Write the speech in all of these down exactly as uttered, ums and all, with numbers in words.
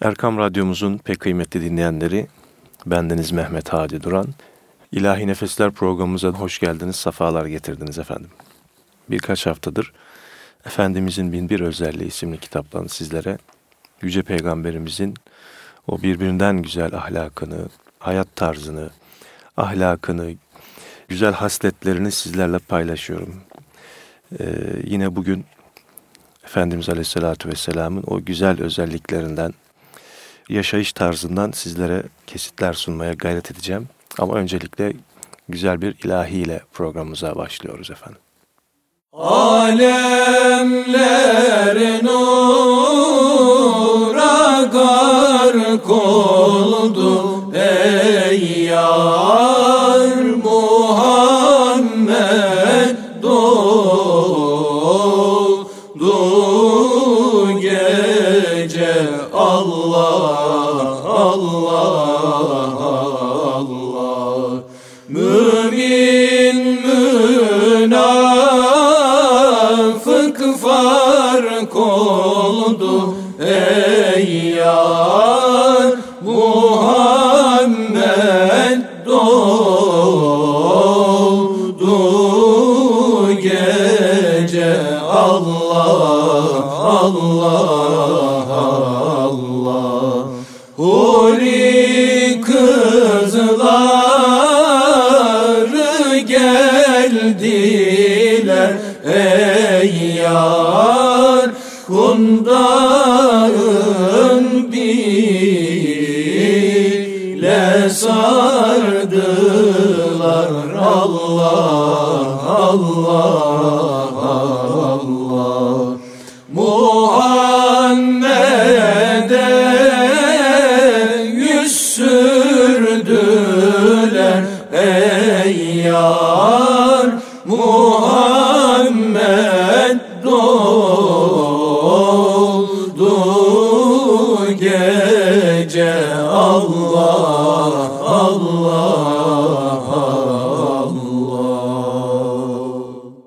Erkam Radyomuzun pek kıymetli dinleyenleri, bendeniz Mehmet Hadi Duran. İlahi Nefesler programımıza hoş geldiniz, sefalar getirdiniz efendim. Birkaç haftadır Efendimizin Bin Bir Özelliği isimli kitaplarını sizlere, Yüce Peygamberimizin o birbirinden güzel ahlakını, hayat tarzını, ahlakını, güzel hasletlerini sizlerle paylaşıyorum. Ee, yine bugün Efendimiz Aleyhisselatü Vesselam'ın o güzel özelliklerinden, yaşayış tarzından sizlere kesitler sunmaya gayret edeceğim. Ama öncelikle güzel bir ilahiyle programımıza başlıyoruz efendim. Alemler nura gark oldu ey yar Muhammed doğdu gece Allah Allah Allah mümin münafık fark oldu ey yar Muhammed doğdu gece Allah Allah Allah Huri kızları geldiler ey yar Kundağın bile sardılar Allah Allah Allah Muhammed'e yüz sürdüler ey yar Muhammed doğdu gece Allah Allah Allah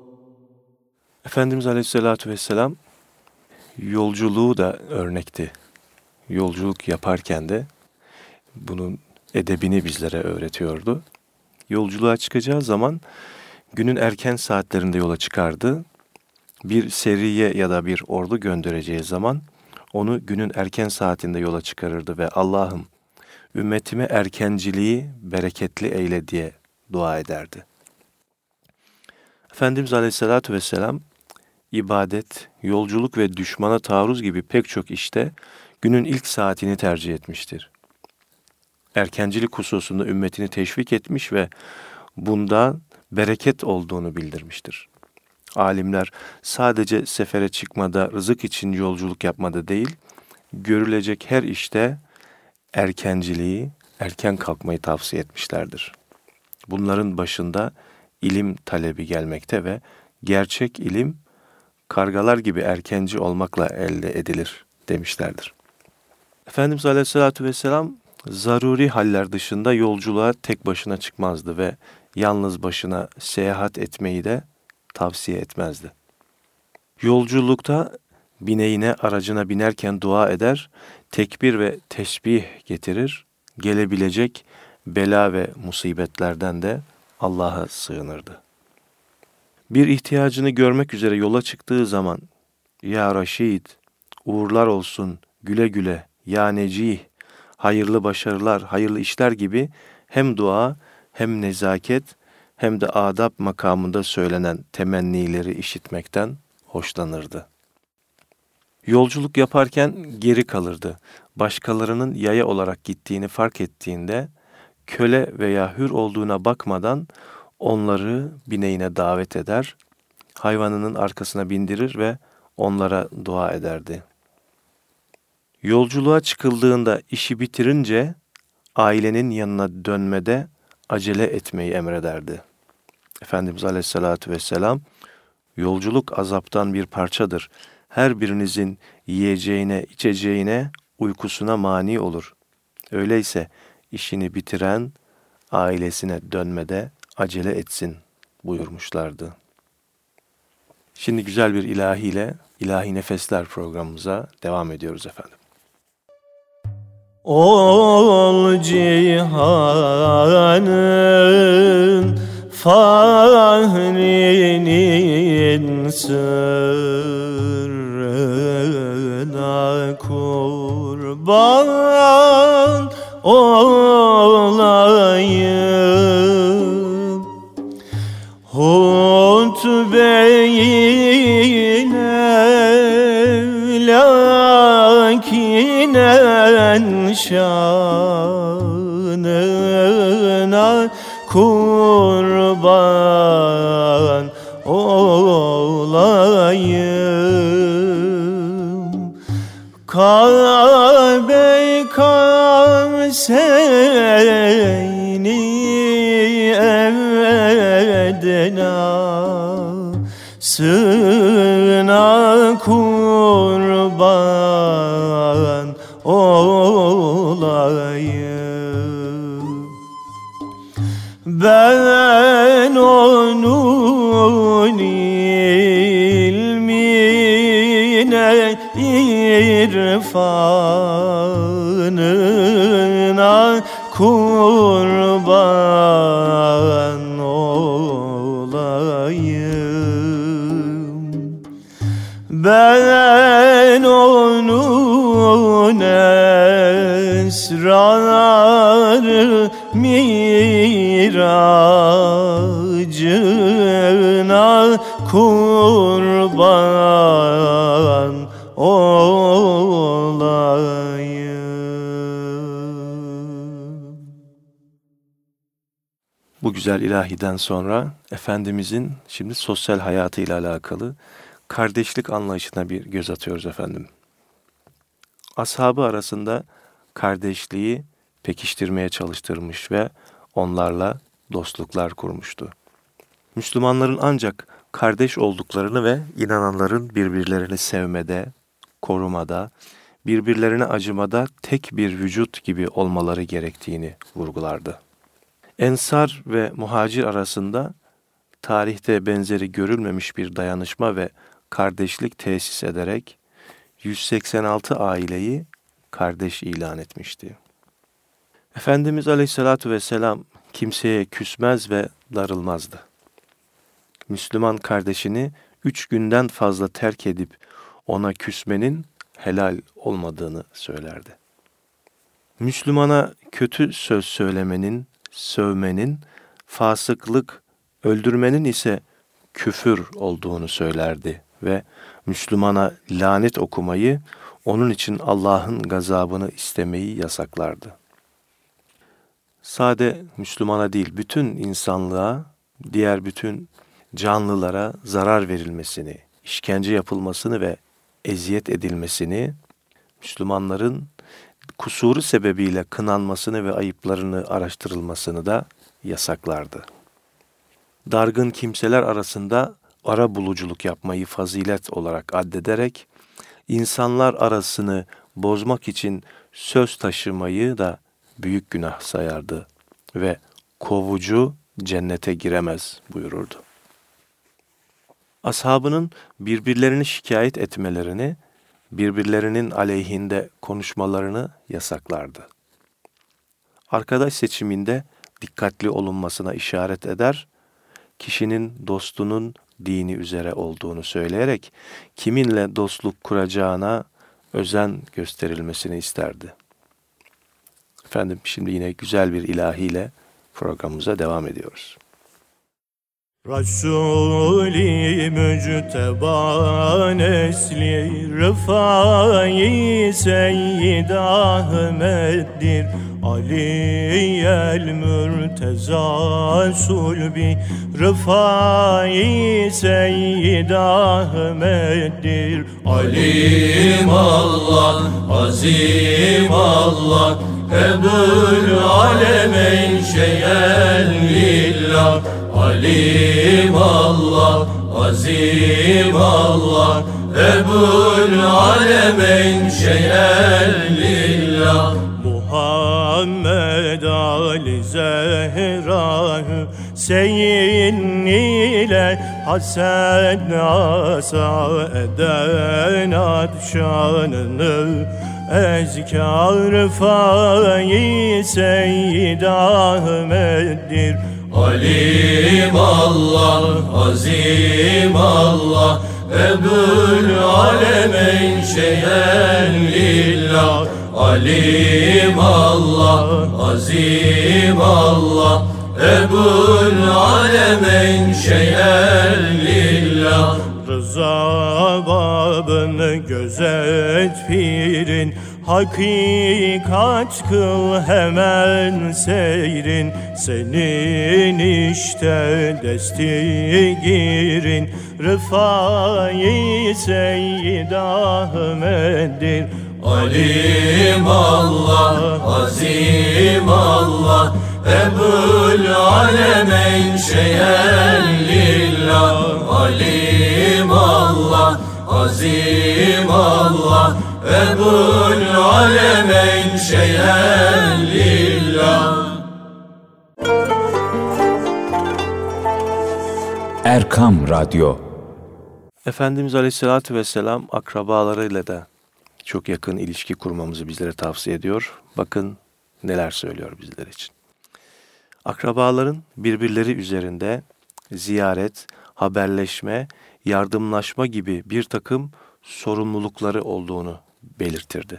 Efendimiz Aleyhisselatü Vesselam yolculuğu da örnekti. Yolculuk yaparken de bunun edebini bizlere öğretiyordu. Yolculuğa çıkacağı zaman günün erken saatlerinde yola çıkardı. Bir seriye ya da bir ordu göndereceği zaman onu günün erken saatinde yola çıkarırdı ve Allah'ım ümmetime erkenciliği bereketli eyle diye dua ederdi. Efendimiz Aleyhisselatü Vesselam ibadet, yolculuk ve düşmana taarruz gibi pek çok işte günün ilk saatini tercih etmiştir. Erkencilik hususunda ümmetini teşvik etmiş ve bunda bereket olduğunu bildirmiştir. Alimler sadece sefere çıkmada, rızık için yolculuk yapmada değil, görülecek her işte erkenciliği, erken kalkmayı tavsiye etmişlerdir. Bunların başında ilim talebi gelmekte ve gerçek ilim kargalar gibi erkenci olmakla elde edilir demişlerdir. Efendimiz Aleyhisselatü Vesselam zaruri haller dışında yolculuğa tek başına çıkmazdı ve yalnız başına seyahat etmeyi de tavsiye etmezdi. Yolculukta bineğine, aracına binerken dua eder, tekbir ve tesbih getirir, gelebilecek bela ve musibetlerden de Allah'a sığınırdı. Bir ihtiyacını görmek üzere yola çıktığı zaman, Ya Raşid, uğurlar olsun, güle güle, Ya Necih, hayırlı başarılar, hayırlı işler gibi hem dua hem nezaket hem de adab makamında söylenen temennileri işitmekten hoşlanırdı. Yolculuk yaparken geri kalırdı. Başkalarının yaya olarak gittiğini fark ettiğinde köle veya hür olduğuna bakmadan onları bineğine davet eder, hayvanının arkasına bindirir ve onlara dua ederdi. Yolculuğa çıkıldığında işi bitirince ailenin yanına dönmede acele etmeyi emrederdi. Efendimiz Aleyhisselatü Vesselam, yolculuk azaptan bir parçadır. Her birinizin yiyeceğine, içeceğine, uykusuna mani olur. Öyleyse işini bitiren ailesine dönmede acele etsin buyurmuşlardı. Şimdi güzel bir ilahiyle İlahi Nefesler programımıza devam ediyoruz efendim. ol cihanın fahrinin sırrına kurban olayım. Hutbe-i lakinen şanına kurban olayım. Kabe-i Kavseyni evdena sına kurban olayım. Ben onun ilmine irfanına kurban olayım. Ben onun esrarı miracına kurban olayım. Bu güzel ilahiden sonra Efendimizin şimdi sosyal hayatıyla alakalı kardeşlik anlayışına bir göz atıyoruz efendim. Ashabı arasında kardeşliği pekiştirmeye çalıştırmış ve onlarla dostluklar kurmuştu. Müslümanların ancak kardeş olduklarını ve inananların birbirlerini sevmede, korumada, birbirlerine acımada tek bir vücut gibi olmaları gerektiğini vurgulardı. Ensar ve muhacir arasında tarihte benzeri görülmemiş bir dayanışma ve kardeşlik tesis ederek yüz seksen altı aileyi kardeş ilan etmişti. Efendimiz Aleyhisselatü Vesselam kimseye küsmez ve darılmazdı. Müslüman kardeşini üç günden fazla terk edip ona küsmenin helal olmadığını söylerdi. Müslümana kötü söz söylemenin, sövmenin, fasıklık, öldürmenin ise küfür olduğunu söylerdi ve Müslümana lanet okumayı, onun için Allah'ın gazabını istemeyi yasaklardı. Sade Müslümana değil, bütün insanlığa, diğer bütün canlılara zarar verilmesini, işkence yapılmasını ve eziyet edilmesini, Müslümanların kusuru sebebiyle kınanmasını ve ayıplarını araştırılmasını da yasaklardı. Dargın kimseler arasında ara buluculuk yapmayı fazilet olarak addederek, insanlar arasını bozmak için söz taşımayı da büyük günah sayardı ve kovucu cennete giremez buyururdu. Ashabının birbirlerini şikayet etmelerini, birbirlerinin aleyhinde konuşmalarını yasaklardı. Arkadaş seçiminde dikkatli olunmasına işaret eder, kişinin dostunun dini üzere olduğunu söyleyerek kiminle dostluk kuracağına özen gösterilmesini isterdi. Efendim şimdi yine güzel bir ilahiyle programımıza devam ediyoruz. Resul-i Mücteba nesli Rıfai Seyyid Ahmet'dir. Ali'yel Mürteza Sulbi Rıfai Seyyid Ahmet'dir. Alim Allah, azim Allah, Ebul Alemeyn şeyen lillah. Alim Allah, azim Allah, Ebul Alemeyn şeyen lillah. Muhammed Ali Zehra Hüseyin ile Hasan asa eden adşanını ezkâr fâi Seyyid Ahmet'tir. Alim Allah, azim Allah, Ebul alemeyn şeyen lillah. Alim Allah, azim Allah, Ebul alemeyn şeyen lillah. Rıza babını gözet pirin, hakikat kıl hemen seyrin. Senin işte destigirin, Rıfai Seyyid Ahmet'tir. Alim Allah, azim Allah, Ebul alemeyn şeyen lillah. Alim Allah, azim Allah, Ebul alemeyn şeyen lillah. Erkam Radyo. Efendimiz Aleyhisselatü Vesselam akrabalarıyla da çok yakın ilişki kurmamızı bizlere tavsiye ediyor. Bakın neler söylüyor bizler için. Akrabaların birbirleri üzerinde ziyaret, haberleşme, yardımlaşma gibi bir takım sorumlulukları olduğunu belirtirdi.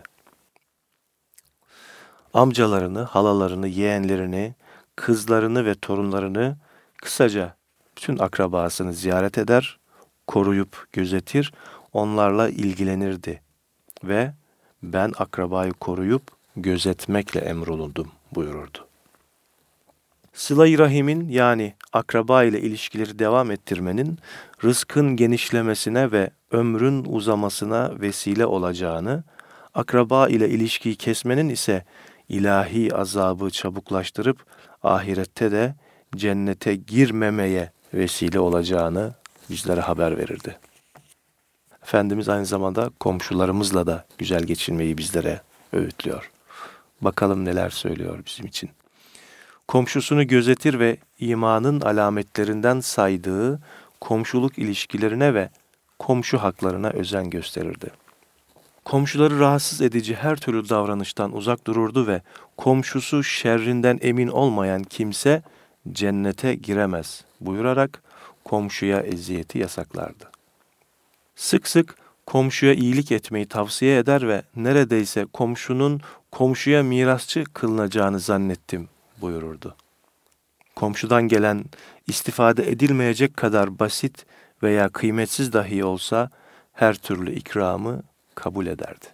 Amcalarını, halalarını, yeğenlerini, kızlarını ve torunlarını, kısaca bütün akrabasını ziyaret eder, koruyup gözetir, onlarla ilgilenirdi ve ben akrabayı koruyup gözetmekle emrolundum buyururdu. Sıla-i Rahim'in yani akraba ile ilişkileri devam ettirmenin rızkın genişlemesine ve ömrün uzamasına vesile olacağını, akraba ile ilişkiyi kesmenin ise ilahi azabı çabuklaştırıp ahirette de cennete girmemeye vesile olacağını bizlere haber verirdi. Efendimiz aynı zamanda komşularımızla da güzel geçinmeyi bizlere öğütlüyor. Bakalım neler söylüyor bizim için. Komşusunu gözetir ve imanın alametlerinden saydığı komşuluk ilişkilerine ve komşu haklarına özen gösterirdi. Komşuları rahatsız edici her türlü davranıştan uzak dururdu ve komşusu şerrinden emin olmayan kimse cennete giremez buyurarak komşuya eziyeti yasaklardı. Sık sık komşuya iyilik etmeyi tavsiye eder ve neredeyse komşunun komşuya mirasçı kılınacağını zannettim buyururdu. Komşudan gelen istifade edilmeyecek kadar basit veya kıymetsiz dahi olsa her türlü ikramı kabul ederdi.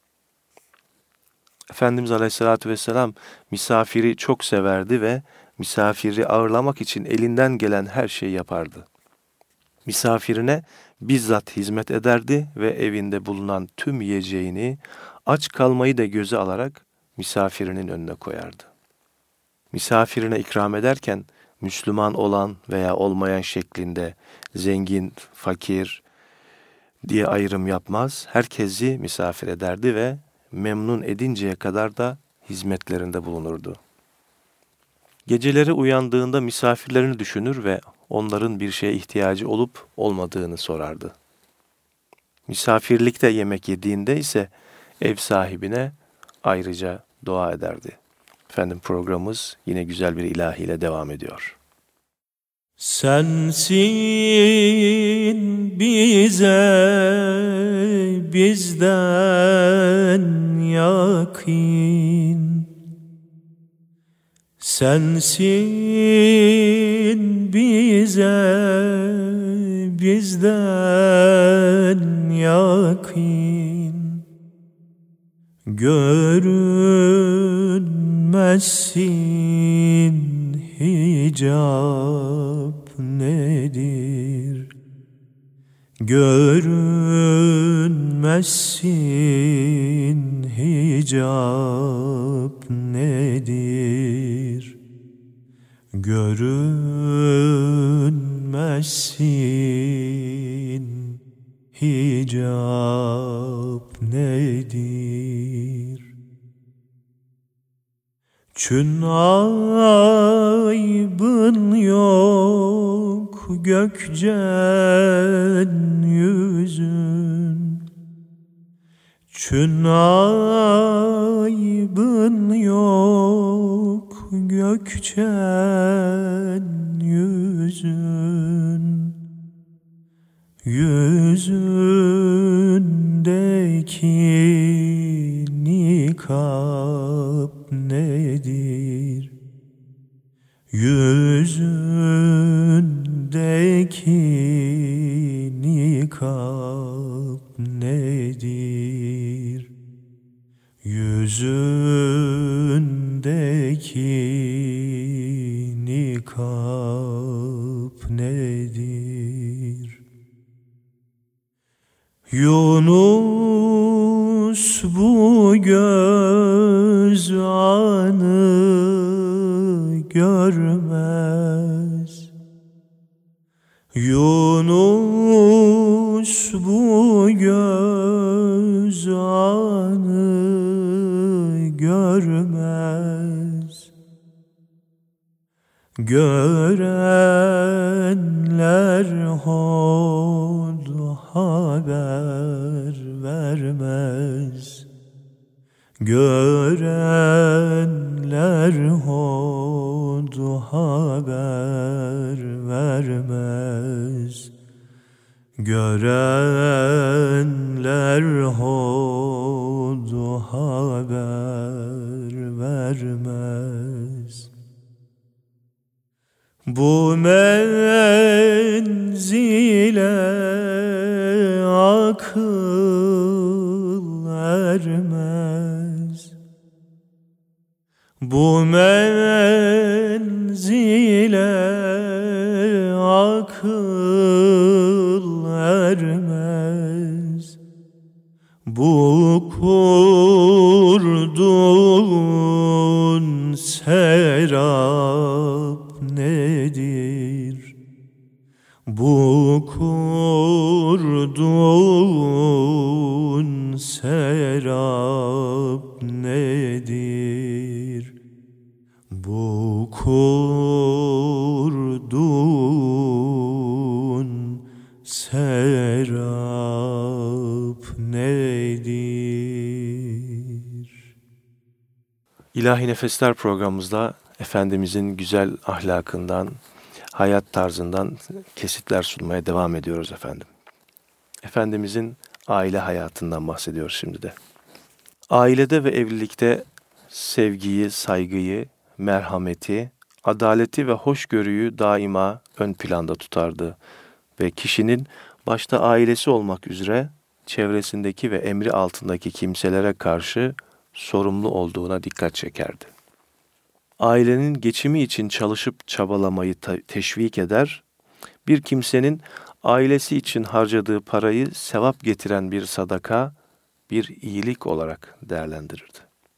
Efendimiz Aleyhisselatü Vesselam misafiri çok severdi ve misafiri ağırlamak için elinden gelen her şeyi yapardı. Misafirine bizzat hizmet ederdi ve evinde bulunan tüm yiyeceğini, aç kalmayı da göze alarak misafirinin önüne koyardı. Misafirine ikram ederken Müslüman olan veya olmayan şeklinde zengin, fakir diye ayrım yapmaz. Herkesi misafir ederdi ve memnun edinceye kadar da hizmetlerinde bulunurdu. Geceleri uyandığında misafirlerini düşünür ve onların bir şeye ihtiyacı olup olmadığını sorardı. Misafirlikte yemek yediğinde ise ev sahibine ayrıca dua ederdi. Efendim programımız yine güzel bir ilahiyle devam ediyor. Sensin bize bizden yakın, sensin bize bizden yakın, görünmezsin hicap nedir? Görünmezsin hicap nedir? Görünmezsin hicap nedir? Çün aybın yok gökcen yüzün, Çün aybın yok gökçen yüzün, yüzündeki nikab nedir? Yüzündeki nikab nedir? Yüzündeki nikab nedir? Yunus bu göz anı görmez. Yunus bu göz anı görmez. Görenler hod haber vermez. Görenler hod haber vermez. Görenler hod haber vermez. Bu menzile akıl ermez. Bu menzile akıl ermez. Bu kurduğun serap nedir? Bu kurduğun serap nedir? Bu kurduğun serap nedir? İlahi Nefesler programımızda Efendimizin güzel ahlakından, hayat tarzından kesitler sunmaya devam ediyoruz efendim. Efendimizin aile hayatından bahsediyoruz şimdi de. Ailede ve evlilikte sevgiyi, saygıyı, merhameti, adaleti ve hoşgörüyü daima ön planda tutardı ve kişinin başta ailesi olmak üzere çevresindeki ve emri altındaki kimselere karşı sorumlu olduğuna dikkat çekerdi. Ailenin geçimi için çalışıp çabalamayı teşvik eder, bir kimsenin ailesi için harcadığı parayı sevap getiren bir sadaka, bir iyilik olarak değerlendirirdi.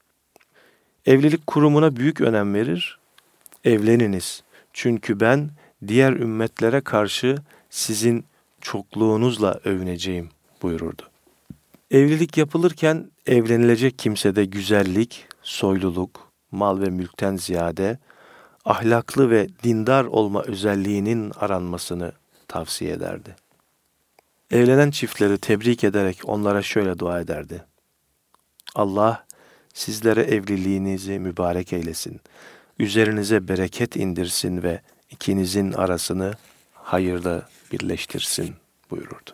Evlilik kurumuna büyük önem verir, evleniniz çünkü ben diğer ümmetlere karşı sizin çokluğunuzla övüneceğim buyururdu. Evlilik yapılırken evlenilecek kimsede güzellik, soyluluk, mal ve mülkten ziyade ahlaklı ve dindar olma özelliğinin aranmasını tavsiye ederdi. Evlenen çiftleri tebrik ederek onlara şöyle dua ederdi. Allah sizlere evliliğinizi mübarek eylesin, üzerinize bereket indirsin ve ikinizin arasını hayırda birleştirsin buyururdu.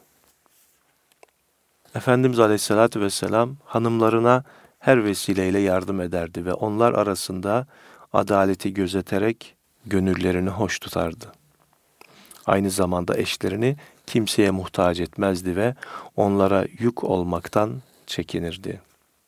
Efendimiz Aleyhisselatü Vesselam hanımlarına her vesileyle yardım ederdi ve onlar arasında adaleti gözeterek gönüllerini hoş tutardı. Aynı zamanda eşlerini kimseye muhtaç etmezdi ve onlara yük olmaktan çekinirdi.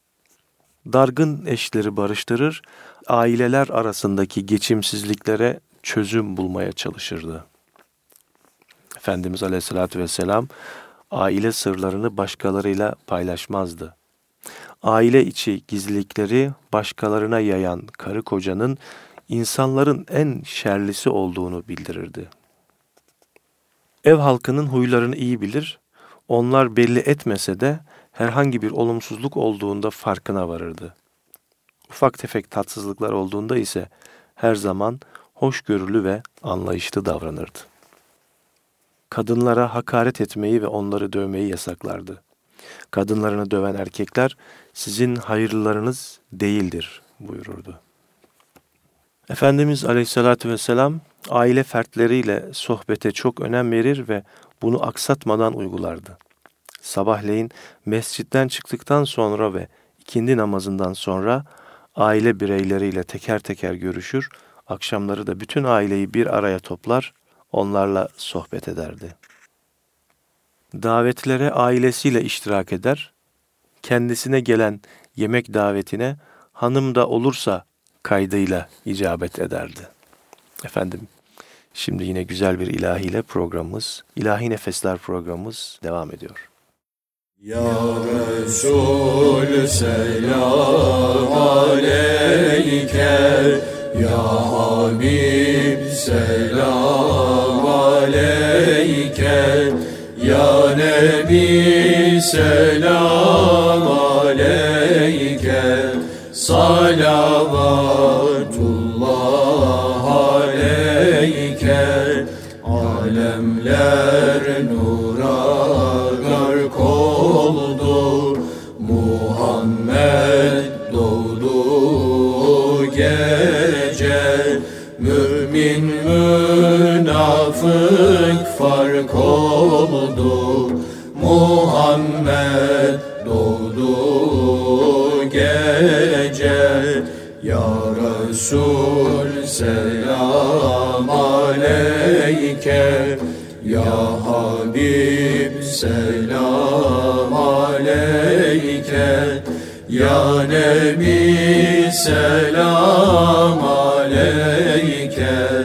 Dargın eşleri barıştırır, aileler arasındaki geçimsizliklere çözüm bulmaya çalışırdı. Efendimiz Aleyhisselatü Vesselam aile sırlarını başkalarıyla paylaşmazdı. Aile içi gizlilikleri başkalarına yayan karı kocanın insanların en şerlisi olduğunu bildirirdi. Ev halkının huylarını iyi bilir, onlar belli etmese de herhangi bir olumsuzluk olduğunda farkına varırdı. Ufak tefek tatsızlıklar olduğunda ise her zaman hoşgörülü ve anlayışlı davranırdı. Kadınlara hakaret etmeyi ve onları dövmeyi yasaklardı. Kadınlarını döven erkekler sizin hayırlılarınız değildir buyururdu. Efendimiz Aleyhisselatü Vesselam aile fertleriyle sohbete çok önem verir ve bunu aksatmadan uygulardı. Sabahleyin mescitten çıktıktan sonra ve ikindi namazından sonra aile bireyleriyle teker teker görüşür, akşamları da bütün aileyi bir araya toplar, onlarla sohbet ederdi. Davetlere ailesiyle iştirak eder, kendisine gelen yemek davetine hanım da olursa kaydıyla icabet ederdi. Efendim, şimdi yine güzel bir ilahiyle programımız, İlahi Nefesler programımız devam ediyor. Ya Resul selam aleyke, Ya Habib selam aleyke, Ya Nebi selam aleyke, salavatullah aleyke, alemler nura gark oldu, Muhammed doğdu gece, mümin münafık fark oldu, Muhammed doğdu gece. Ya Resul selam aleyke, Ya Habib selam aleyke, Ya Nebi selam aleyke,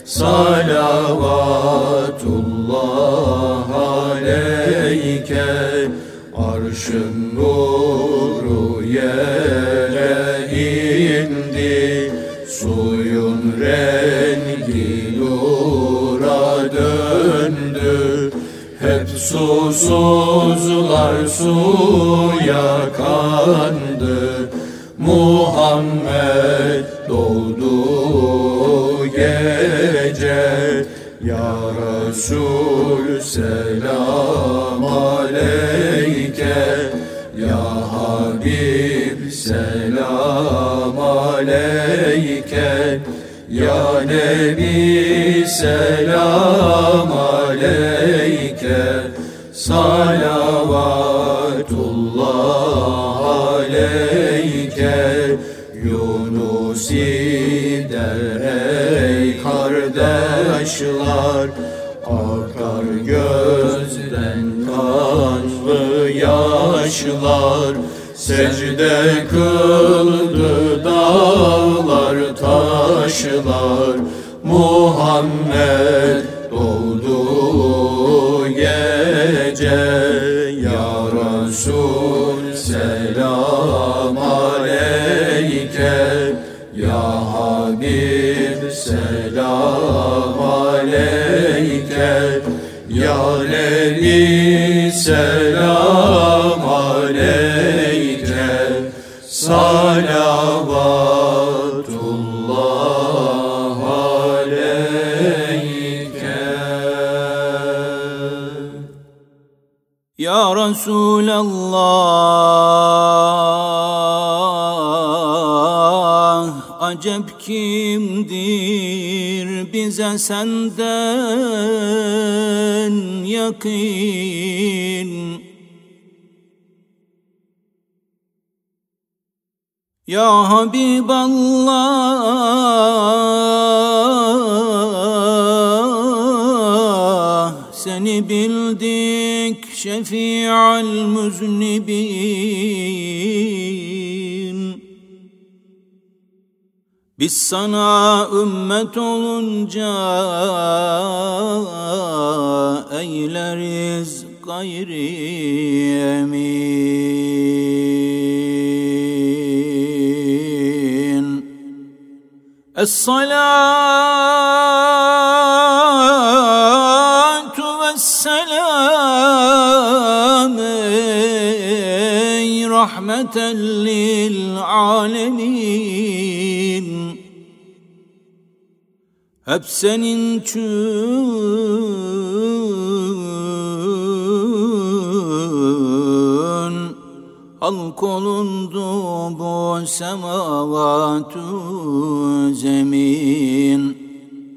salavatullah aleyke, arşın nuru yere indi, suyun rengi nura döndü, hep susuzlar suya kandı, Muhammed doğdu gece. Ya Resul selam aleyke, Ya Habib selam aleyke, Ya Nebi selam aleyke, salavatullah aleyke. Yunusi der ey kardeşler, akar gözden kanlı yaşlar, secde kıldı dağlar taşlar, Muhammed doğdu gece. Ya Resul selam aleyke, Ya Habib selam aleyke, Ya Nebi selam aleyke, salavatullah aleyke. Ya Resulallah, acep kimdir bize senden yakın? Ya Habiballah, seni bildik şefi'al müznibin. Biz sana ümmet olunca eyleriz gayri emin. Es-salatu vesselam ey rahmeten lil alemin. Hep senin için halk olundu bu semavatu zemin.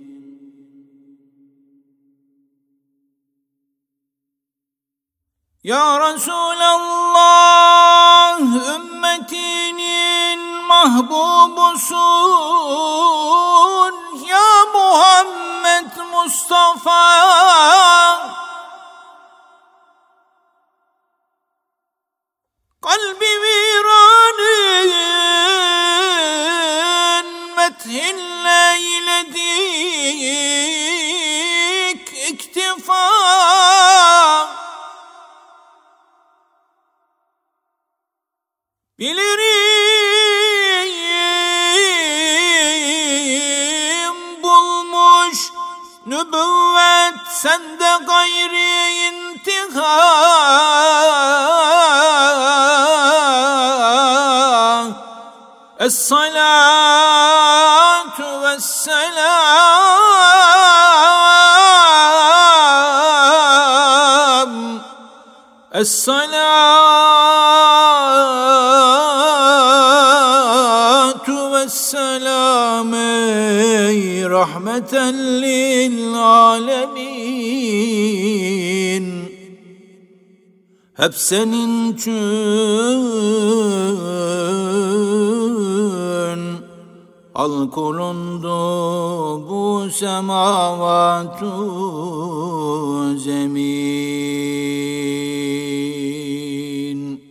Ya Resulallah, ümmetinin mahbubusun. Ya Muhammed Mustafa, kalbi viranın methinle eyledik iktifa. Bilirim bulmuş nübüvvet sende gayri intiha. Es-salatu vesselam. Es-salatu vesselam ey rahmeten lil alemin. Hep senin için halk olundu bu semavatu zemin.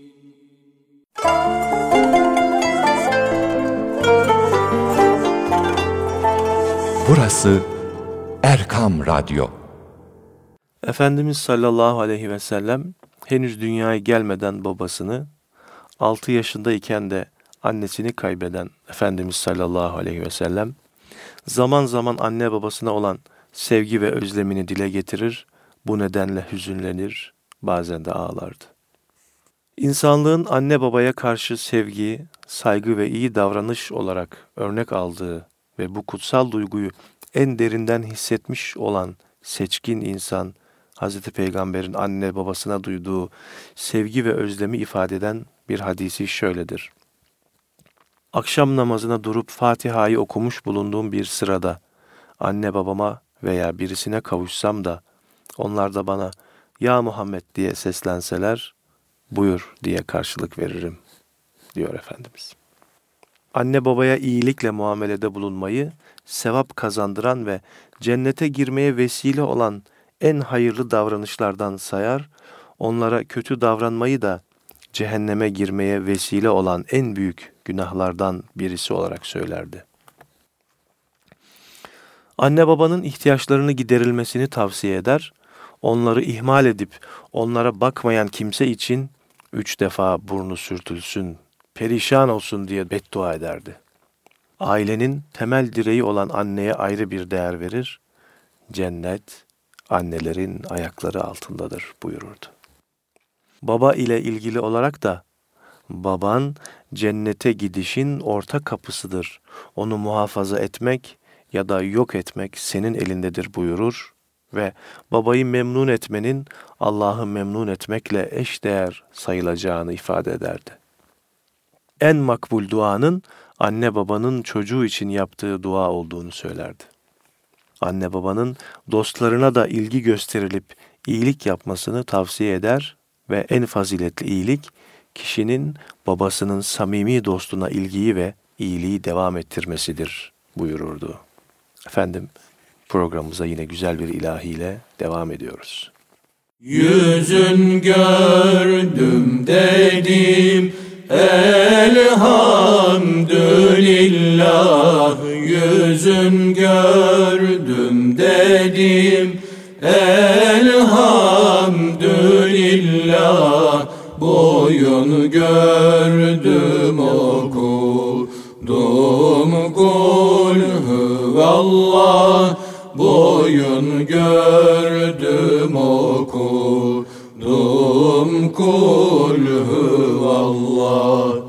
Burası Erkam Radyo. Efendimiz sallallahu aleyhi ve sellem henüz dünyaya gelmeden babasını, altı yaşındayken de annesini kaybeden Efendimiz sallallahu aleyhi ve sellem, zaman zaman anne babasına olan sevgi ve özlemini dile getirir, bu nedenle hüzünlenir, bazen de ağlardı. İnsanlığın anne babaya karşı sevgi, saygı ve iyi davranış olarak örnek aldığı ve bu kutsal duyguyu en derinden hissetmiş olan seçkin insan, Hazreti Peygamber'in anne babasına duyduğu sevgi ve özlemi ifade eden bir hadisi şöyledir. Akşam namazına durup Fatiha'yı okumuş bulunduğum bir sırada anne babama veya birisine kavuşsam da onlar da bana "Ya Muhammed" diye seslenseler, "Buyur" diye karşılık veririm, diyor Efendimiz. Anne babaya iyilikle muamelede bulunmayı sevap kazandıran ve cennete girmeye vesile olan en hayırlı davranışlardan sayar, onlara kötü davranmayı da cehenneme girmeye vesile olan en büyük günahlardan birisi olarak söylerdi. Anne babanın ihtiyaçlarını giderilmesini tavsiye eder, onları ihmal edip onlara bakmayan kimse için üç defa burnu sürtülsün, perişan olsun diye beddua ederdi. Ailenin temel direği olan anneye ayrı bir değer verir, cennet annelerin ayakları altındadır buyururdu. Baba ile ilgili olarak da, baban cennete gidişin orta kapısıdır, onu muhafaza etmek ya da yok etmek senin elindedir buyurur ve babayı memnun etmenin Allah'ı memnun etmekle eşdeğer sayılacağını ifade ederdi. En makbul duanın anne babanın çocuğu için yaptığı dua olduğunu söylerdi. Anne babanın dostlarına da ilgi gösterilip iyilik yapmasını tavsiye eder ve en faziletli iyilik kişinin babasının samimi dostuna ilgiyi ve iyiliği devam ettirmesidir buyururdu. Efendim, programımıza yine güzel bir ilahiyle devam ediyoruz. Yüzün gördüm dedim elhamdülillah, yüzün gördüm dedim elhamdülillah, boyun gördüm okudum kul huvallah, boyun gördüm okudum kul huvallah.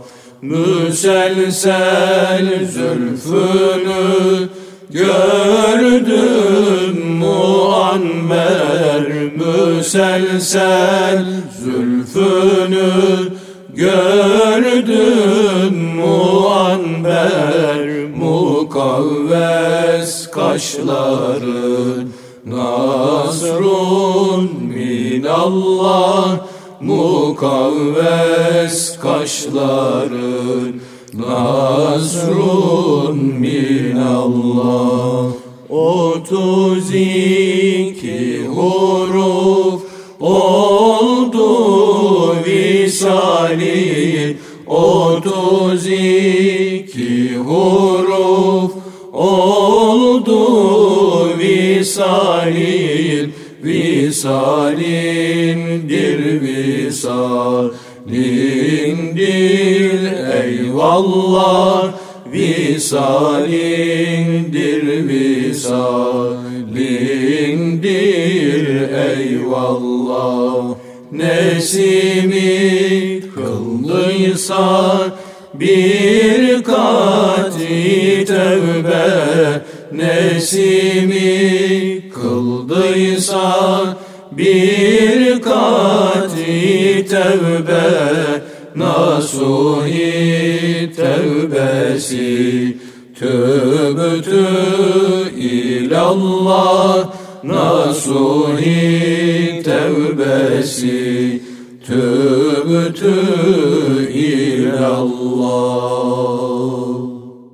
Müselsel zülfünü gördüm muammer, müselsel zülfünü Gördüm muamber mukavves kaşların, Nasrun minallah mukavves kaşların, Nasrun minallah. Otuz iki huruf oldu visali, otuz iki huruf oldu visalin, visalindir visalindir eyvallah, visalindir visalindir eyvallah. Nesimi kıldıysa bir kat-i tevbe, nesimi kıldıysa bir kat-i tevbe, nasuhi tevbesi tövbetü ilallah, nasuhi tevbesi tövbetü ilallah.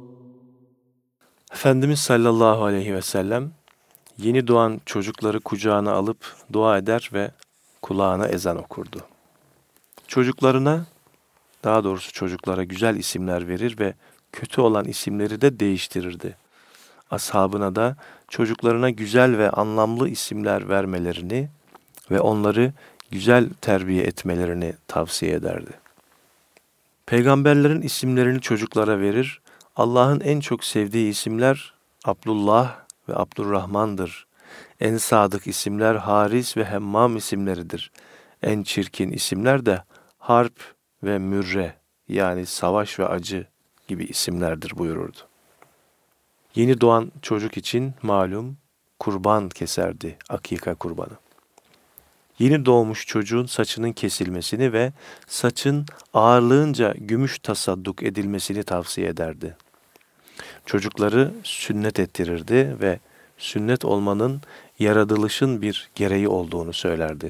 Efendimiz sallallahu aleyhi ve sellem yeni doğan çocukları kucağına alıp dua eder ve kulağına ezan okurdu. Çocuklarına, daha doğrusu çocuklara güzel isimler verir ve kötü olan isimleri de değiştirirdi. Ashabına da çocuklarına güzel ve anlamlı isimler vermelerini ve onları güzel terbiye etmelerini tavsiye ederdi. Peygamberlerin isimlerini çocuklara verir. Allah'ın en çok sevdiği isimler Abdullah ve Abdurrahman'dır. En sadık isimler Haris ve Hemmam isimleridir. En çirkin isimler de Harp ve Mürre, yani savaş ve acı gibi isimlerdir buyururdu. Yeni doğan çocuk için malum kurban keserdi, akika kurbanı. Yeni doğmuş çocuğun saçının kesilmesini ve saçın ağırlığınca gümüş tasadduk edilmesini tavsiye ederdi. Çocukları sünnet ettirirdi ve sünnet olmanın yaratılışın bir gereği olduğunu söylerdi.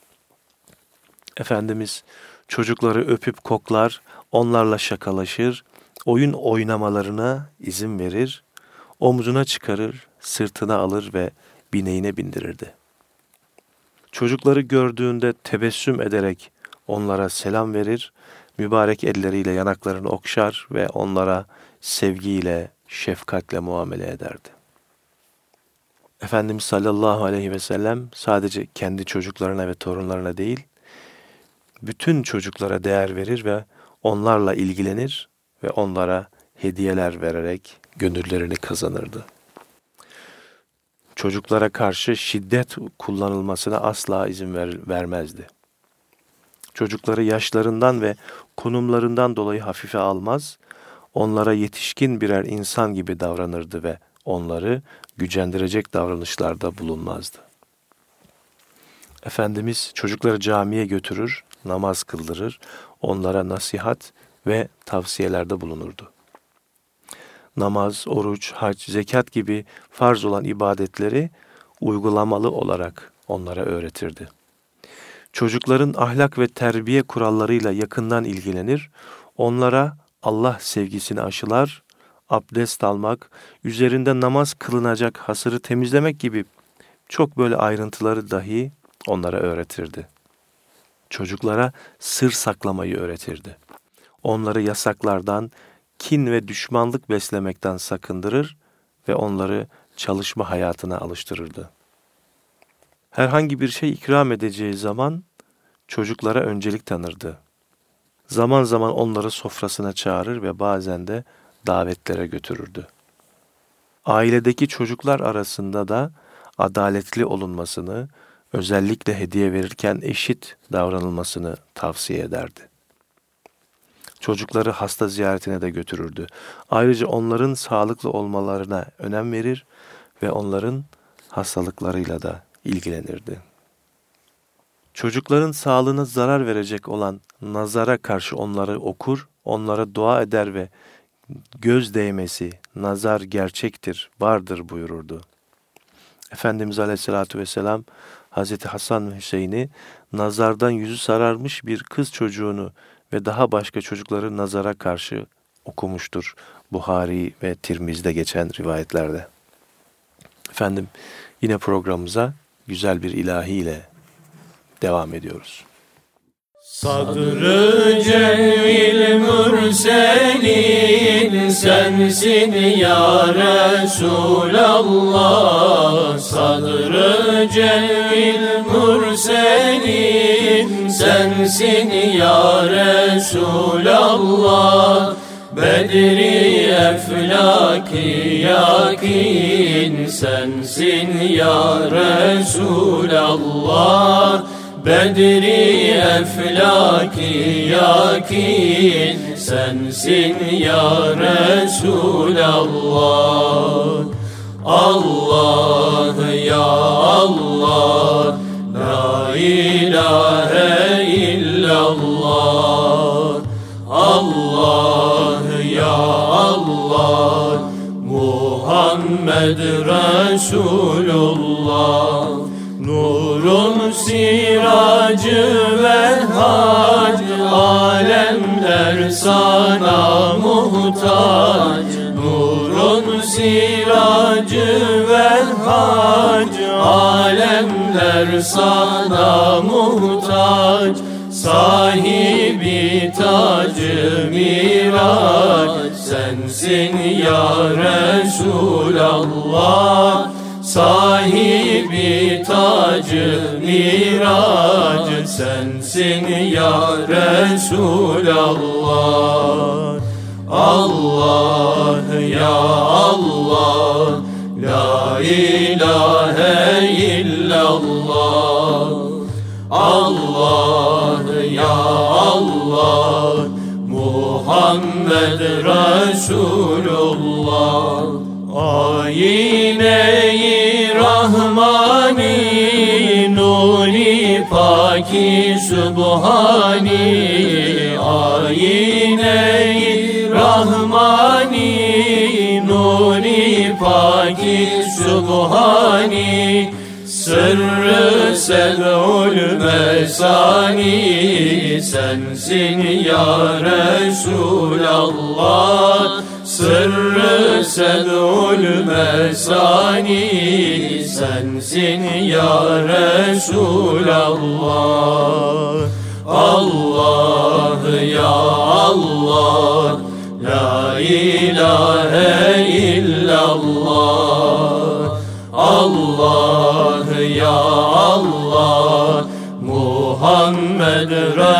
Efendimiz çocukları öpüp koklar, onlarla şakalaşır, oyun oynamalarına izin verir, omzuna çıkarır, sırtına alır ve bineğine bindirirdi. Çocukları gördüğünde tebessüm ederek onlara selam verir, mübarek elleriyle yanaklarını okşar ve onlara sevgiyle, şefkatle muamele ederdi. Efendimiz sallallahu aleyhi ve sellem sadece kendi çocuklarına ve torunlarına değil, bütün çocuklara değer verir ve onlarla ilgilenir ve onlara hediyeler vererek gönüllerini kazanırdı. Çocuklara karşı şiddet kullanılmasına asla izin ver, vermezdi. Çocukları yaşlarından ve konumlarından dolayı hafife almaz, onlara yetişkin birer insan gibi davranırdı ve onları gücendirecek davranışlarda bulunmazdı. Efendimiz çocukları camiye götürür, namaz kıldırır, onlara nasihat ve tavsiyelerde bulunurdu. Namaz, oruç, hac, zekat gibi farz olan ibadetleri uygulamalı olarak onlara öğretirdi. Çocukların ahlak ve terbiye kurallarıyla yakından ilgilenir, onlara Allah sevgisini aşılar, abdest almak, üzerinde namaz kılınacak hasırı temizlemek gibi çok böyle ayrıntıları dahi onlara öğretirdi. Çocuklara sır saklamayı öğretirdi. Onları yasaklardan, kin ve düşmanlık beslemekten sakındırır ve onları çalışma hayatına alıştırırdı. Herhangi bir şey ikram edeceği zaman çocuklara öncelik tanırdı. Zaman zaman onları sofrasına çağırır ve bazen de davetlere götürürdü. Ailedeki çocuklar arasında da adaletli olunmasını, özellikle hediye verirken eşit davranılmasını tavsiye ederdi. Çocukları hasta ziyaretine de götürürdü. Ayrıca onların sağlıklı olmalarına önem verir ve onların hastalıklarıyla da ilgilenirdi. Çocukların sağlığına zarar verecek olan nazara karşı onları okur, onlara dua eder ve göz değmesi, nazar gerçektir, vardır buyururdu. Efendimiz Aleyhisselatü Vesselam, Hazreti Hasan ve Hüseyin'i nazardan yüzü sararmış bir kız çocuğunu ve daha başka çocukları nazara karşı okumuştur. Buhari ve Tirmiz'de geçen rivayetlerde. Efendim, yine programımıza güzel bir ilahi ile devam ediyoruz. Sadrı celil mürselin sensin ya Resulallah. Sadrı celil mürselin sensin ya Resulallah. Bedri eflaki yakin sensin ya Resulallah. Bedri eflaki yakin sensin ya Resulallah. Allah ya Allah, la ilahe illallah. Allah ya Allah, Muhammed Resulullah. Nurun siracı ve hac, alemler sana muhtaç. Nurun siracı ve hac, alemler sana muhtaç. Sahibi tacı miraç sensin ya Resulallah. Sahibi tacı miraç sensin ya Resulallah. Allah ya Allah, la ilahe illallah. Allah ya Allah, Muhammed Resulullah. Ayine-i Rahmani, Nuri Paki Sübhani. Ayine-i Rahmani, Nuri Paki Sübhani. Sırrı sed'ul mesani sensin ya Resulallah. Sırrı sed'ul mesani sensin ya Resulallah. Allah ya Allah, la ilahe illallah. Allah ya Allah, Muhammed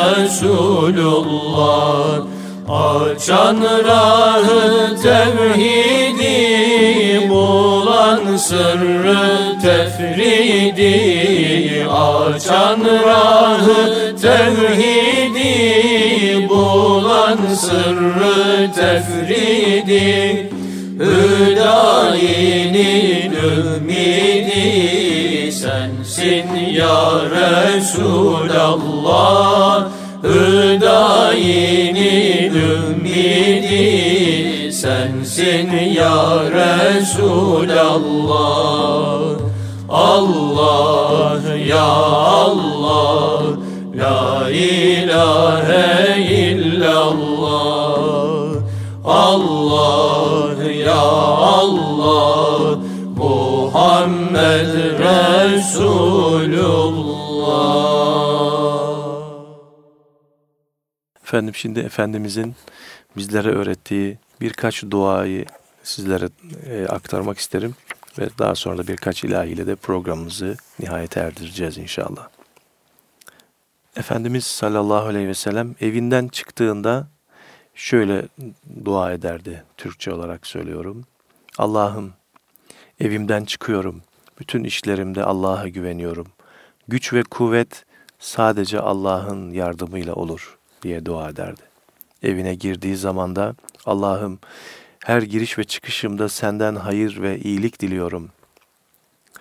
Resulullah. Açan rahı tevhidi, bulan sırrı tefridi. Açan rahı tevhidi, bulan sırrı tefridi. Hüdayinin ümidi sensin ya Resulallah. Hüdayinin ümidi sensin ya Resulallah. Allah ya Allah, la ilahe illallah. Allah ya Allah, Muhammed Resulullah. Efendim, şimdi Efendimizin bizlere öğrettiği birkaç duayı sizlere e, aktarmak isterim. Ve daha sonra da birkaç ilahiyle de programımızı nihayete erdireceğiz inşallah. Efendimiz sallallahu aleyhi ve sellem evinden çıktığında şöyle dua ederdi, Türkçe olarak söylüyorum. Allah'ım, evimden çıkıyorum, bütün işlerimde Allah'a güveniyorum. Güç ve kuvvet sadece Allah'ın yardımıyla olur diye dua ederdi. Evine girdiği zaman da Allah'ım, her giriş ve çıkışımda senden hayır ve iyilik diliyorum.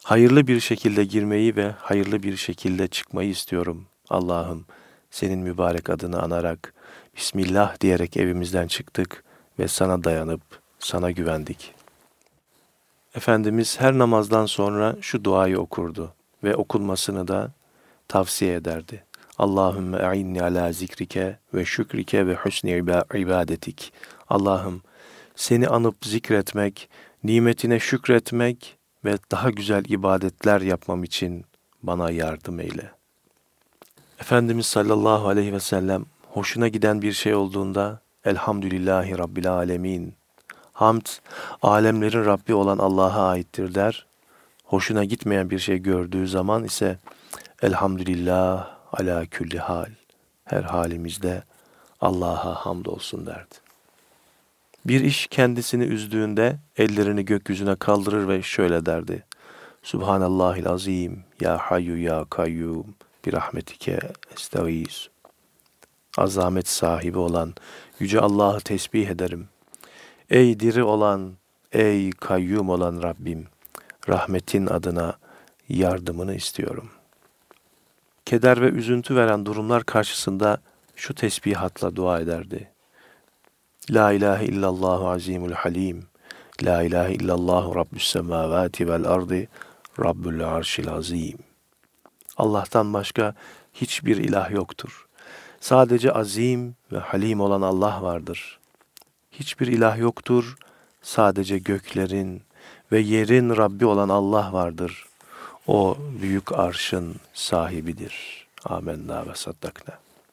Hayırlı bir şekilde girmeyi ve hayırlı bir şekilde çıkmayı istiyorum. Allah'ım senin mübarek adını anarak, Bismillah diyerek evimizden çıktık ve sana dayanıp sana güvendik. Efendimiz her namazdan sonra şu duayı okurdu ve okunmasını da tavsiye ederdi. Allahümme a'inni ala zikrike ve şükrike ve husni ibadetik. Allah'ım seni anıp zikretmek, nimetine şükretmek ve daha güzel ibadetler yapmam için bana yardım eyle. Efendimiz sallallahu aleyhi ve sellem hoşuna giden bir şey olduğunda Elhamdülillahi Rabbil Alemin. Hamd, alemlerin Rabbi olan Allah'a aittir der. Hoşuna gitmeyen bir şey gördüğü zaman ise Elhamdülillah ala külli hal. Her halimizde Allah'a hamdolsun derdi. Bir iş kendisini üzdüğünde ellerini gökyüzüne kaldırır ve şöyle derdi. Subhanallahil azim, ya hayyu ya kayyum, bir rahmetike estağiz. Azamet sahibi olan yüce Allah'ı tesbih ederim. Ey diri olan, ey kayyum olan Rabbim, rahmetin adına yardımını istiyorum. Keder ve üzüntü veren durumlar karşısında şu tesbihatla dua ederdi. La ilahe illallahu azimul halim, la ilahe illallahu rabbüs semavati vel ardi, rabbül arşil azim. Allah'tan başka hiçbir ilah yoktur. Sadece azim ve halim olan Allah vardır. Hiçbir ilah yoktur, sadece göklerin ve yerin Rabbi olan Allah vardır. O büyük arşın sahibidir. Amenna ve saddakna.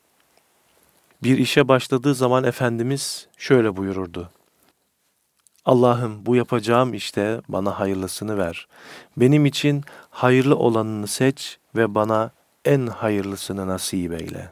Bir işe başladığı zaman Efendimiz şöyle buyururdu. Allah'ım bu yapacağım işte bana hayırlısını ver. Benim için hayırlı olanını seç ve bana en hayırlısını nasip eyle.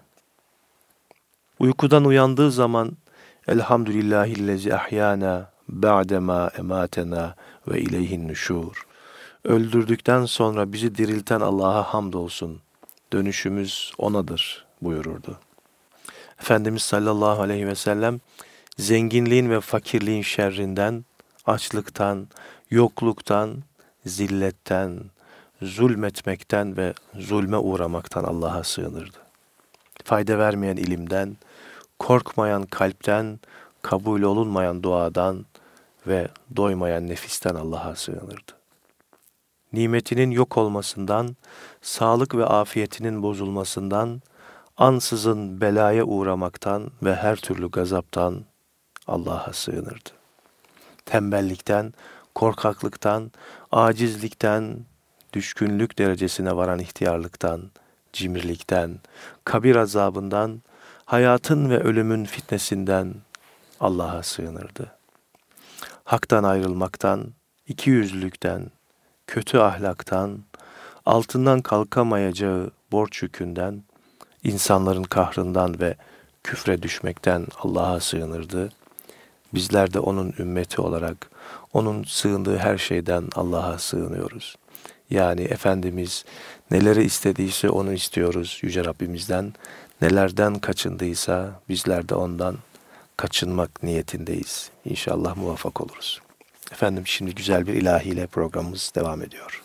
Uykudan uyandığı zaman Elhamdülillahillezi ahyana ba'dema ematena ve ileyhin nüşur. Öldürdükten sonra bizi dirilten Allah'a hamdolsun. Dönüşümüz O'nadır buyururdu. Efendimiz sallallahu aleyhi ve sellem zenginliğin ve fakirliğin şerrinden, açlıktan, yokluktan, zilletten, zulmetmekten ve zulme uğramaktan Allah'a sığınırdı. Fayda vermeyen ilimden, korkmayan kalpten, kabul olunmayan duadan ve doymayan nefisten Allah'a sığınırdı. Nimetinin yok olmasından, sağlık ve afiyetinin bozulmasından, ansızın belaya uğramaktan ve her türlü gazaptan Allah'a sığınırdı. Tembellikten, korkaklıktan, acizlikten, düşkünlük derecesine varan ihtiyarlıktan, cimrilikten, kabir azabından, hayatın ve ölümün fitnesinden Allah'a sığınırdı. Hak'tan ayrılmaktan, ikiyüzlülükten, kötü ahlaktan, altından kalkamayacağı borç yükünden, insanların kahrından ve küfre düşmekten Allah'a sığınırdı. Bizler de onun ümmeti olarak onun sığındığı her şeyden Allah'a sığınıyoruz. Yani Efendimiz neleri istediyse onu istiyoruz Yüce Rabbimizden. Nelerden kaçındıysa bizler de ondan kaçınmak niyetindeyiz. İnşallah muvaffak oluruz. Efendim şimdi güzel bir ilahiyle programımız devam ediyor.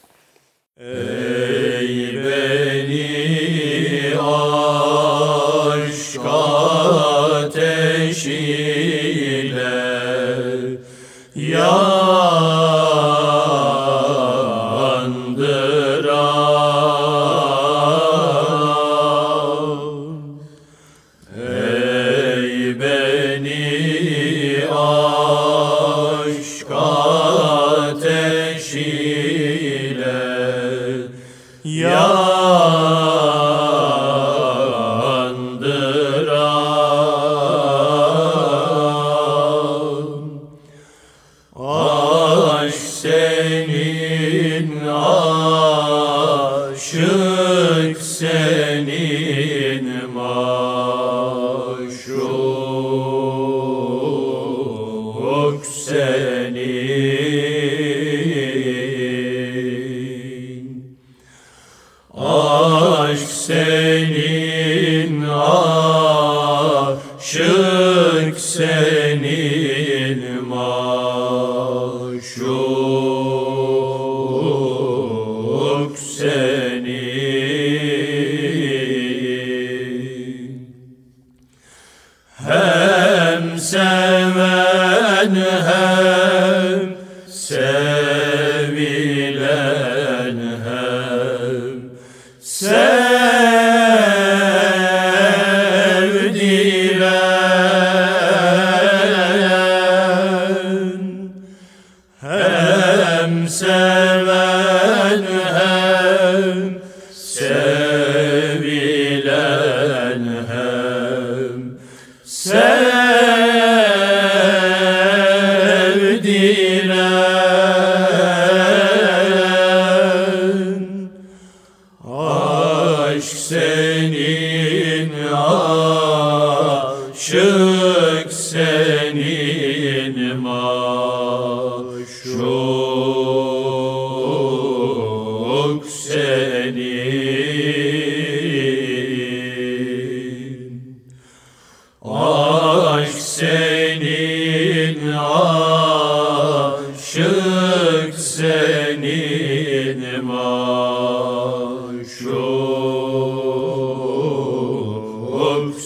Ey beni aşk ateşiyle yandıran, ey beni aşk ateşiyle yandıran, aşk senin, aşık senin, maşuk senin. Aşk senin, aşık senin, maşuk hem sevilen hem sevdiren hem seven hem sevilen hem sevdiren aşk senin aşık senin maşuk senin aşk senin aşık senin maşuk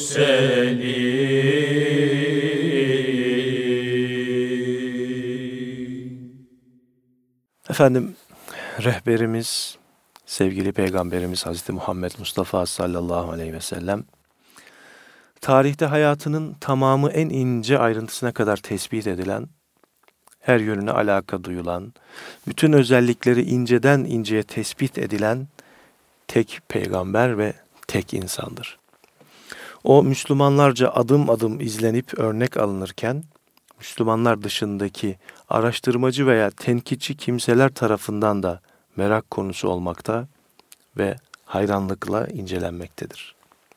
senin. Efendim, rehberimiz, sevgili Peygamberimiz Hazreti Muhammed Mustafa sallallahu aleyhi ve sellem, tarihte hayatının tamamı en ince ayrıntısına kadar tespit edilen, her yönüne alaka duyulan, bütün özellikleri inceden inceye tespit edilen tek peygamber ve tek insandır. O Müslümanlarca adım adım izlenip örnek alınırken, Müslümanlar dışındaki araştırmacı veya tenkitçi kimseler tarafından da merak konusu olmakta ve hayranlıkla incelenmektedir.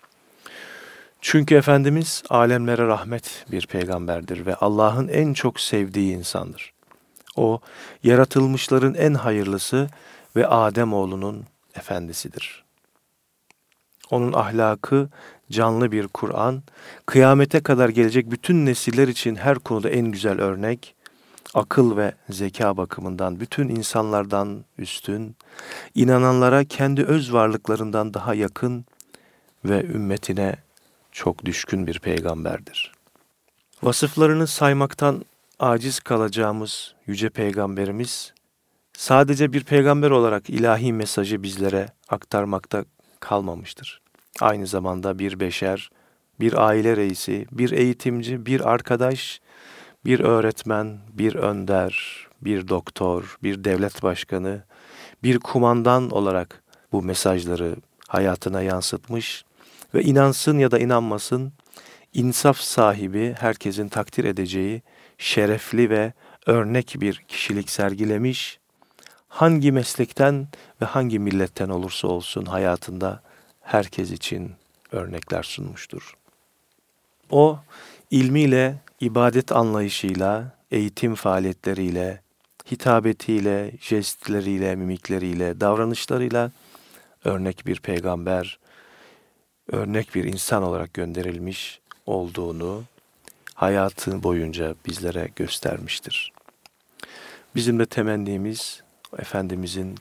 Çünkü Efendimiz alemlere rahmet bir peygamberdir ve Allah'ın en çok sevdiği insandır. O, yaratılmışların en hayırlısı ve Ademoğlunun efendisidir. Onun ahlakı canlı bir Kur'an, kıyamete kadar gelecek bütün nesiller için her konuda en güzel örnek, akıl ve zeka bakımından bütün insanlardan üstün, inananlara kendi öz varlıklarından daha yakın ve ümmetine çok düşkün bir peygamberdir. Vasıflarını saymaktan aciz kalacağımız yüce peygamberimiz, sadece bir peygamber olarak ilahi mesajı bizlere aktarmakta kalmamıştır. Aynı zamanda bir beşer, bir aile reisi, bir eğitimci, bir arkadaş, bir öğretmen, bir önder, bir doktor, bir devlet başkanı, bir kumandan olarak bu mesajları hayatına yansıtmış ve inansın ya da inanmasın, insaf sahibi, herkesin takdir edeceği şerefli ve örnek bir kişilik sergilemiş, hangi meslekten ve hangi milletten olursa olsun hayatında herkes için örnekler sunmuştur. O, ilmiyle, ibadet anlayışıyla, eğitim faaliyetleriyle, hitabetiyle, jestleriyle, mimikleriyle, davranışlarıyla örnek bir peygamber, örnek bir insan olarak gönderilmiş olduğunu hayatı boyunca bizlere göstermiştir. Bizim de temennimiz Efendimizin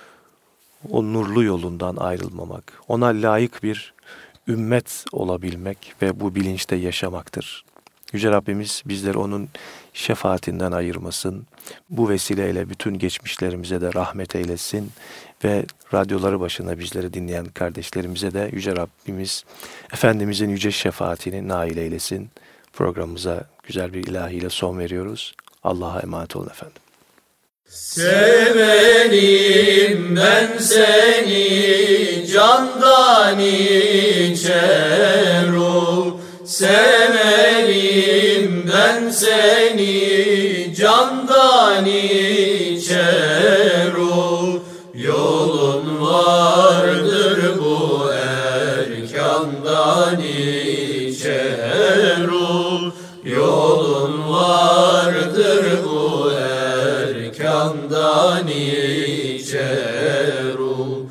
o nurlu yolundan ayrılmamak, ona layık bir ümmet olabilmek ve bu bilinçte yaşamaktır. Yüce Rabbimiz bizleri onun şefaatinden ayırmasın. Bu vesileyle bütün geçmişlerimize de rahmet eylesin ve radyoları başına bizleri dinleyen kardeşlerimize de Yüce Rabbimiz Efendimizin yüce şefaatini nail eylesin. Programımıza güzel bir ilahiyle son veriyoruz. Allah'a emanet olun efendim. Severim ben seni candan içer ol. Severim ben seni candan içer ol. Yolun vardır bu erkandan içer ol. Yolun vardır bu erkandan içer ol.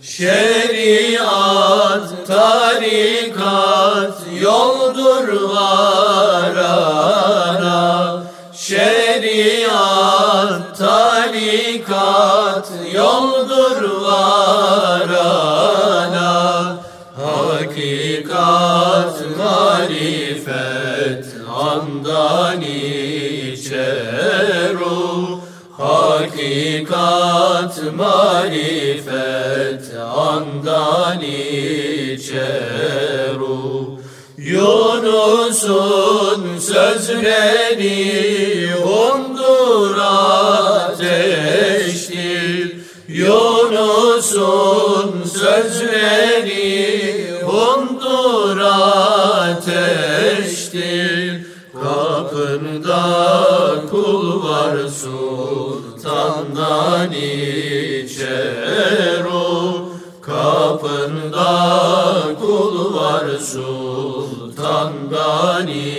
Şeriat, tarikat yoldur varana. Şeriat, tarikat yoldur varana. Hakikat, marifet andan içer Hakikat, marifet andan içer o. Yunus'un sözleri hundur ateştir. Yunus'un sözleri hundur ateştir. Kapında kul var sultandan içer o. Kapında kul var sultandan içer.